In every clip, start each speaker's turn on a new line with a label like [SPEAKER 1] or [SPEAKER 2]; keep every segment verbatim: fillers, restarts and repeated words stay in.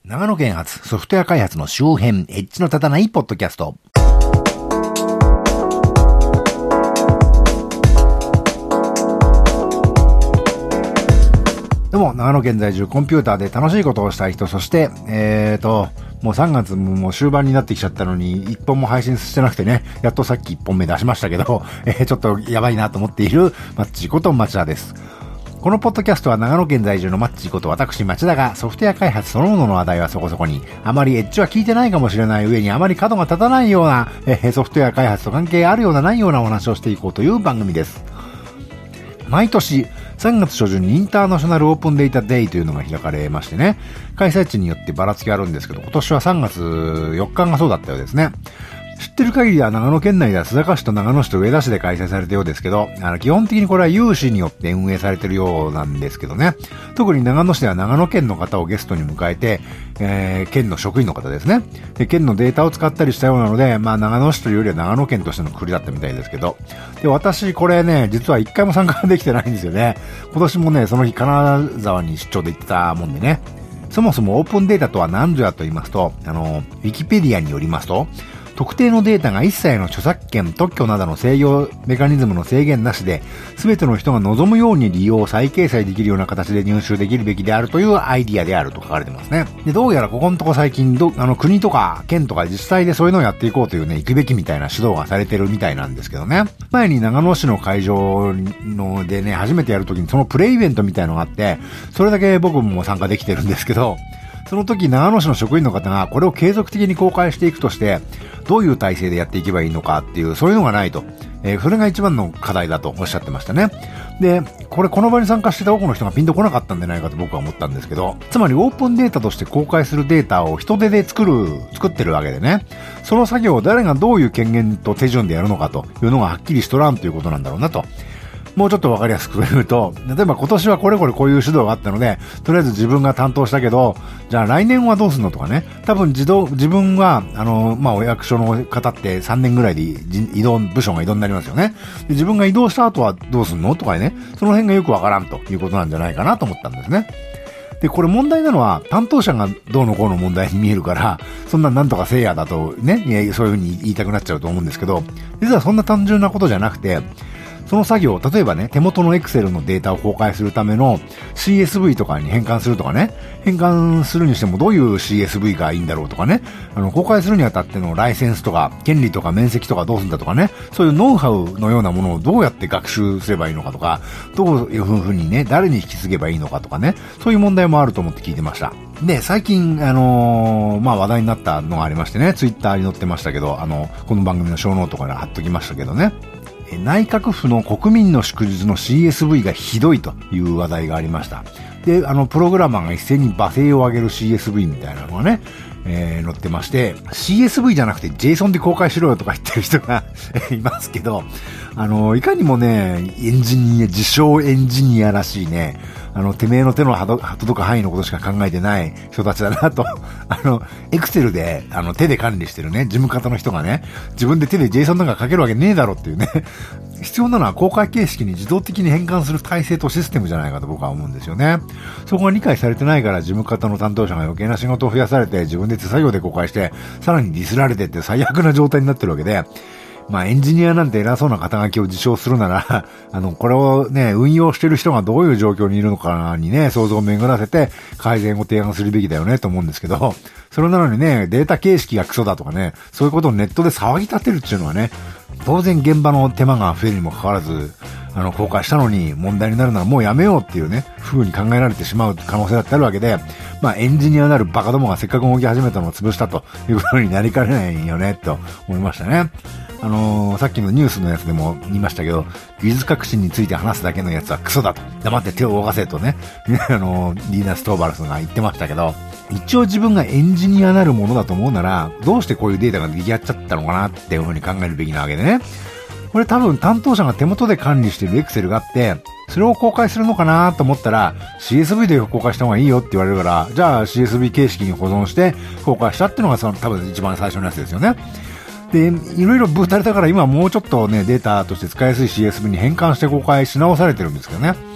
[SPEAKER 1] 長野県発ソフトウェア開発の周辺、エッジの立たないポッドキャスト。どうも、長野県在住コンピューターで楽しいことをしたい人、そして、えーと、もうさんがつももう終盤になってきちゃったのに、いっぽんも配信してなくてね、やっとさっきいっぽんめ出しましたけど、えー、ちょっとやばいなと思っている、マッチこと町田です。このポッドキャストは長野県在住のマッチこと私町田がソフトウェア開発そのものの話題はそこそこに、あまりエッジは聞いてないかもしれない上にあまり角が立たないような、えー、ソフトウェア開発と関係あるようなないようなお話をしていこうという番組です。毎年さんがつしょじゅんにインターナショナルオープンデータデイというのが開かれましてね、開催地によってばらつきあるんですけど、今年はさんがつよっかがそうだったようですね。知ってる限りは長野県内では須坂市と長野市と上田市で開催されたようですけど、あの基本的にこれは有志によって運営されてるようなんですけどね。特に長野市では長野県の方をゲストに迎えて、えー、県の職員の方ですね。で、県のデータを使ったりしたようなので、まあ長野市というよりは長野県としての国だったみたいですけど。で、私これね、実は一回も参加できてないんですよね。今年もね、その日金沢に出張で行ってたもんでね。そもそもオープンデータとは何ぞやと言いますと、あの、ウィキペディアによりますと、特定のデータが一切の著作権、特許などの制御メカニズムの制限なしで、すべての人が望むように利用、再掲載できるような形で入手できるべきであるというアイディアであると書かれてますね。で、どうやらここのとこ最近ど、あの、国とか県とか自治体でそういうのをやっていこうというね、行くべきみたいな指導がされてるみたいなんですけどね。前に長野市の会場のでね、初めてやるときにそのプレイイベントみたいのがあって、それだけ僕も参加できてるんですけど、その時長野市の職員の方がこれを継続的に公開していくとして、どういう体制でやっていけばいいのかっていう、そういうのがないと。えー、それが一番の課題だとおっしゃってましたね。で、これこの場に参加してた多くの人がピンとこなかったんじゃないかと僕は思ったんですけど、つまりオープンデータとして公開するデータを人手で作る、作ってるわけでね、その作業を誰がどういう権限と手順でやるのかというのがはっきりしとらんということなんだろうなと。もうちょっとわかりやすく言うと、例えば今年はこれこれこういう指導があったので、とりあえず自分が担当したけど、じゃあ来年はどうするのとかね、多分自動、自分は、あの、まあ、お役所の方ってさんねんぐらいで移動、部署が移動になりますよね。で、自分が移動した後はどうするのとかね、その辺がよくわからんということなんじゃないかなと思ったんですね。で、これ問題なのは、担当者がどうのこうの問題に見えるから、そんななんとかせいやだとね、そういうふうに言いたくなっちゃうと思うんですけど、実はそんな単純なことじゃなくて、その作業、例えばね、手元の Excel のデータを公開するための シーエスブイ とかに変換するとかね、変換するにしてもどういう シーエスブイ がいいんだろうとかね、あの、公開するにあたってのライセンスとか、権利とか面積とかどうするんだとかね、そういうノウハウのようなものをどうやって学習すればいいのかとか、どういうふうにね、誰に引き継げばいいのかとかね、そういう問題もあると思って聞いてました。で、最近、あのー、まあ、話題になったのがありましてね、ツイッターに載ってましたけど、あの、この番組の小ノートから貼っときましたけどね、内閣府の国民の祝日の シーエスブイ がひどいという話題がありました。で、あの、プログラマーが一斉に罵声を上げる シーエスブイ みたいなのがね、えー、載ってまして、シーエスブイ じゃなくて JSON で公開しろよとか言ってる人がいますけど、あの、いかにもね、エンジニア、自称エンジニアらしいね、あの、てめえの手の届く範囲のことしか考えてない人たちだなと、あの、エクセルで、あの、手で管理してるね、事務方の人がね、自分で手で JSON なんか書けるわけねえだろっていうね、必要なのは公開形式に自動的に変換する体制とシステムじゃないかと僕は思うんですよね。そこが理解されてないから事務方の担当者が余計な仕事を増やされて自分で手作業で公開して、さらにディスられてって最悪な状態になってるわけで、まあエンジニアなんて偉そうな肩書きを自称するなら、あの、これをね、運用してる人がどういう状況にいるのかにね、想像を巡らせて改善を提案するべきだよねと思うんですけど、それなのにね、データ形式がクソだとかね、そういうことをネットで騒ぎ立てるっていうのはね、当然現場の手間が増えるにもかかわらず、あの、公開したのに問題になるならもうやめようっていうね、風に考えられてしまう可能性だってあるわけで、まあエンジニアなるバカどもがせっかく動き始めたのを潰したということになりかねないよね、と思いましたね。あのー、さっきのニュースのやつでも言いましたけど、技術革新について話すだけのやつはクソだと。黙って手を動かせとね、あのー、リーナ・ストーバルスが言ってましたけど、一応自分がエンジニアなるものだと思うなら、どうしてこういうデータが出来上がっちゃったのかなっていう風に考えるべきなわけでね。これ多分担当者が手元で管理している Excel があって、それを公開するのかなと思ったら シーエスブイ で公開した方がいいよって言われるから、じゃあ シーエスブイ 形式に保存して公開したっていうのがその多分一番最初のやつですよね。で、いろいろブータれたから今もうちょっとね、データとして使いやすい シーエスブイ に変換して公開し直されてるんですけどね。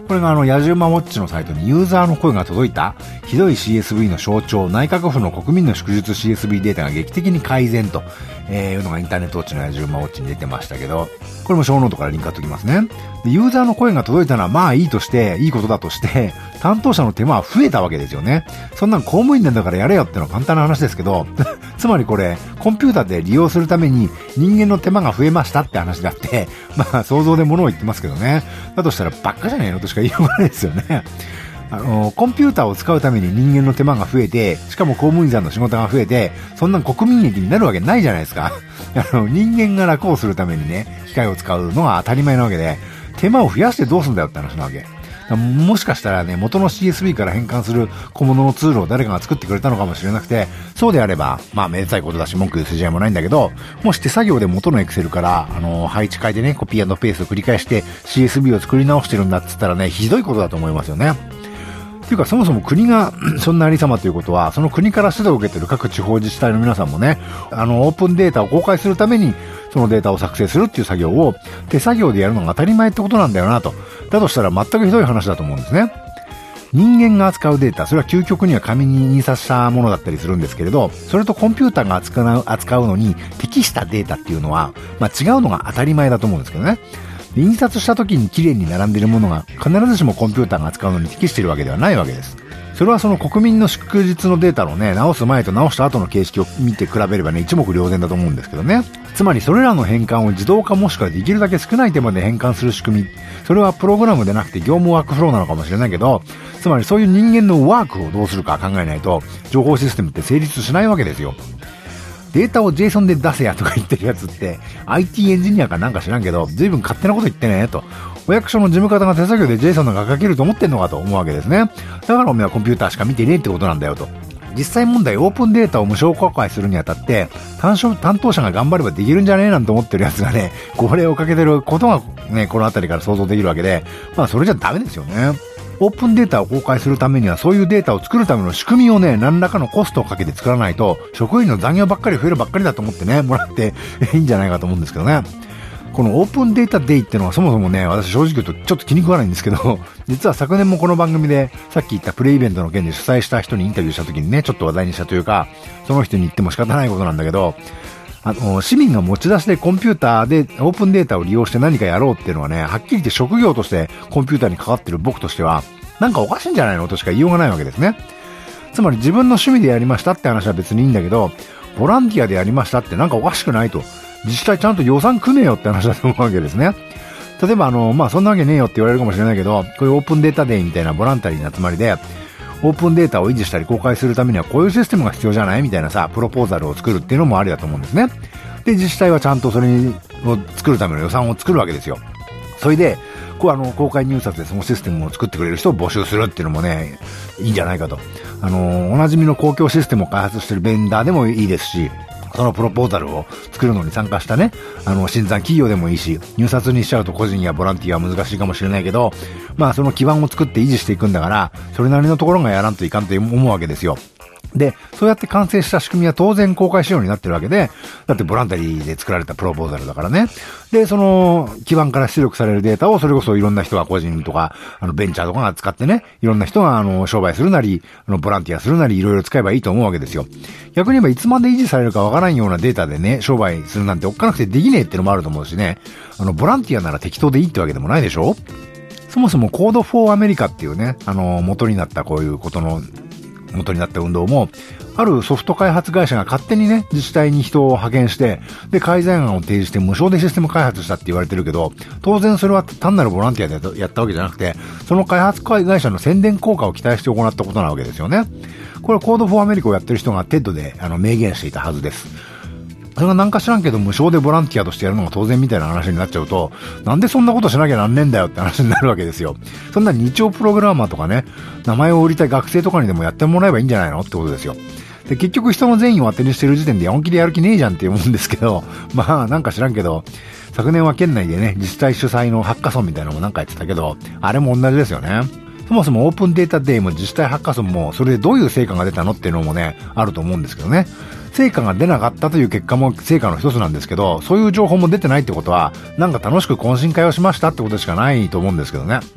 [SPEAKER 1] これがあの、野獣馬ウォッチのサイトにユーザーの声が届いた、ひどい シーエスブイ の象徴、内閣府の国民の祝日 シーエスブイ データが劇的に改善と、えー、いうのがインターネットウォッチの野獣馬ウォッチに出てましたけど、これも小ノートからリンク貼っておきますね。で、ユーザーの声が届いたのはまあいいとして、いいことだとして、担当者の手間は増えたわけですよね。そんなん公務員なんだからやれよってのは簡単な話ですけど、つまりこれ、コンピューターで利用するために人間の手間が増えましたって話だって、まあ想像で物を言ってますけどね。だとしたらばっかじゃねえのとしか言いようがないですよね。あの、コンピューターを使うために人間の手間が増えて、しかも公務員さんの仕事が増えて、そんな国民益になるわけないじゃないですか。あの、人間が楽をするためにね、機械を使うのが当たり前なわけで、手間を増やしてどうすんだよって話なわけ。もしかしたらね、元の シーエスブイ から変換する小物のツールを誰かが作ってくれたのかもしれなくて、そうであれば、まあめでたいことだし文句言う筋合いもないんだけど、もし手作業で元のエクセルから、あのー、配置変えてね、コピー&ペーストを繰り返して シーエスブイ を作り直してるんだっつったらね、ひどいことだと思いますよね。っていうかそもそも国がそんなありさまということは、その国から指導を受けている各地方自治体の皆さんもね、あの、オープンデータを公開するために、そのデータを作成するっていう作業を手作業でやるのが当たり前ってことなんだよなと。だとしたら全くひどい話だと思うんですね。人間が扱うデータ、それは究極には紙に印刷したものだったりするんですけれど、それとコンピューターが扱う、扱うのに適したデータっていうのは、まあ違うのが当たり前だと思うんですけどね。印刷した時に綺麗に並んでいるものが必ずしもコンピューターが扱うのに適しているわけではないわけです。それはその国民の祝日のデータのね、直す前と直した後の形式を見て比べればね、一目瞭然だと思うんですけどね。つまりそれらの変換を自動化もしくはできるだけ少ない手間で変換する仕組み。それはプログラムでなくて業務ワークフローなのかもしれないけど、つまりそういう人間のワークをどうするか考えないと、情報システムって成立しないわけですよ。データを ジェイソン で出せやとか言ってるやつって アイティー エンジニアかなんか知らんけど随分勝手なこと言ってねと、お役所の事務方が手作業で ジェイソン なんか書けると思ってんのかと思うわけですね。だからお前はコンピューターしか見てねえってことなんだよと。実際問題オープンデータを無償公開するにあたって担当者が頑張ればできるんじゃねえなんて思ってるやつがね、号令をかけてることがね、このあたりから想像できるわけで、まあそれじゃダメですよね。オープンデータを公開するためにはそういうデータを作るための仕組みをね、何らかのコストをかけて作らないと職員の残業ばっかり増えるばっかりだと思ってね、もらっていいんじゃないかと思うんですけどね。このオープンデータデイってのはそもそもね、私正直言うとちょっと気に食わないんですけど、実は昨年もこの番組でさっき言ったプレイベントの件で主催した人にインタビューした時にね、ちょっと話題にしたというか、その人に言っても仕方ないことなんだけど、あの、市民が持ち出しでコンピューターでオープンデータを利用して何かやろうっていうのはね、はっきり言って職業としてコンピューターに関わってる僕としては、なんかおかしいんじゃないのとしか言いようがないわけですね。つまり自分の趣味でやりましたって話は別にいいんだけど、ボランティアでやりましたってなんかおかしくないと。自治体ちゃんと予算組めよって話だと思うわけですね。例えばあの、まあ、そんなわけねえよって言われるかもしれないけど、こういうオープンデータデーみたいなボランタリーな集まりで、オープンデータを維持したり公開するためにはこういうシステムが必要じゃないみたいなさ、プロポーザルを作るっていうのもありだと思うんですね。で、自治体はちゃんとそれを作るための予算を作るわけですよ。それで、こうあの、公開入札でそのシステムを作ってくれる人を募集するっていうのもね、いいんじゃないかと。あの、おなじみの公共システムを開発してるベンダーでもいいですし、そのプロポーザルを作るのに参加したね、あの、新参企業でもいいし、入札にしちゃうと個人やボランティアは難しいかもしれないけど、まあその基盤を作って維持していくんだから、それなりのところがやらんといかんと思うわけですよ。で、そうやって完成した仕組みは当然公開仕様になってるわけで、だってボランタリーで作られたプロポーザルだからね。で、その基盤から出力されるデータをそれこそいろんな人が個人とか、あのベンチャーとかが使ってね、いろんな人があの商売するなり、あのボランティアするなりいろいろ使えばいいと思うわけですよ。逆に言えばいつまで維持されるかわからんようなデータでね、商売するなんておっかなくてできねえってのもあると思うしね、あのボランティアなら適当でいいってわけでもないでしょ。そもそもコードフォーアメリカっていうね、あの元になったこういうことの元になった運動も、あるソフト開発会社が勝手にね、自治体に人を派遣して、で、改善案を提示して無償でシステム開発したって言われてるけど、当然それは単なるボランティアでやったわけじゃなくて、その開発会社の宣伝効果を期待して行ったことなわけですよね。これコードフォーアメリカをやってる人がテッドであの明言していたはずです。それがなんか知らんけど無償でボランティアとしてやるのが当然みたいな話になっちゃうと、なんでそんなことしなきゃなんねんだよって話になるわけですよ。そんな日曜プログラマーとかね、名前を売りたい学生とかにでもやってもらえばいいんじゃないのってことですよ。で、結局人の善意を当てにしてる時点で本気でやる気ねえじゃんって思うんですけど、まあなんか知らんけど、昨年は県内でね、自治体主催のハッカソンみたいなのもなんかやってたけど、あれも同じですよね。そもそもオープンデータデーも自治体ハッカソンもそれでどういう成果が出たのっていうのもね、あると思うんですけどね。成果が出なかったという結果も成果の一つなんですけど、そういう情報も出てないってことは、なんか楽しく懇親会をしましたってことしかないと思うんですけどね。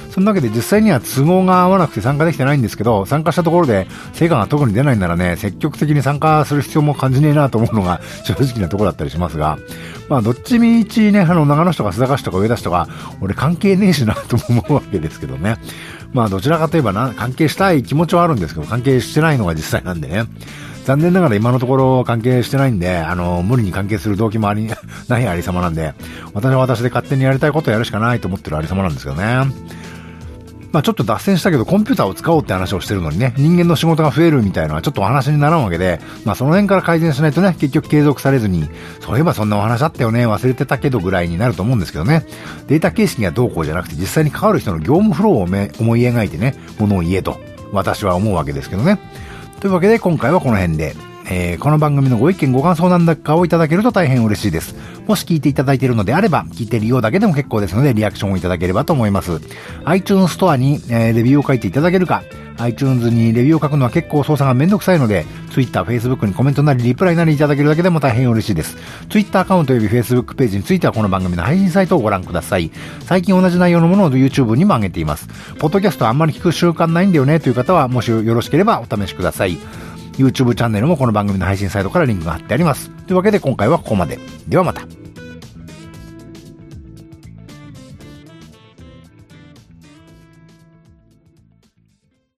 [SPEAKER 1] そんなわけで実際には都合が合わなくて参加できてないんですけど、参加したところで成果が特に出ないならね、積極的に参加する必要も感じねえなと思うのが正直なところだったりしますが、まあどっちみちね、あの長野市とか須坂市とか上田市とか俺関係ねえしなとも思うわけですけどね。まあどちらかといえばな、関係したい気持ちはあるんですけど、関係してないのが実際なんでね。残念ながら今のところ関係してないんで、あの、無理に関係する動機もあり、ないありさまなんで、私は私で勝手にやりたいことをやるしかないと思ってるありさまなんですけどね。まあちょっと脱線したけど、コンピューターを使おうって話をしてるのにね、人間の仕事が増えるみたいなのはちょっとお話にならんわけで、まあその辺から改善しないとね、結局継続されずに、そういえばそんなお話あったよね、忘れてたけどぐらいになると思うんですけどね。データ形式がどうこうじゃなくて、実際に関わる人の業務フローをめ思い描いてね、ものを言えと、私は思うわけですけどね。というわけで今回はこの辺で、えー、この番組のご意見ご感想なんだかをいただけると大変嬉しいです。もし聞いていただいているのであれば、聞いているようだけでも結構ですので、リアクションをいただければと思います。iTunes ストアに、えー、レビューを書いていただけるか、iTunes にレビューを書くのは結構操作がめんどくさいので、Twitter、Facebook にコメントなりリプライなりいただけるだけでも大変嬉しいです。Twitter アカウント及び Facebook ページについてはこの番組の配信サイトをご覧ください。最近同じ内容のものを YouTube にも上げています。ポッドキャストあんまり聞く習慣ないんだよねという方は、もしよろしければお試しください。YouTube チャンネルもこの番組の配信サイトからリンクが貼ってあります。というわけで今回はここまで。ではまた。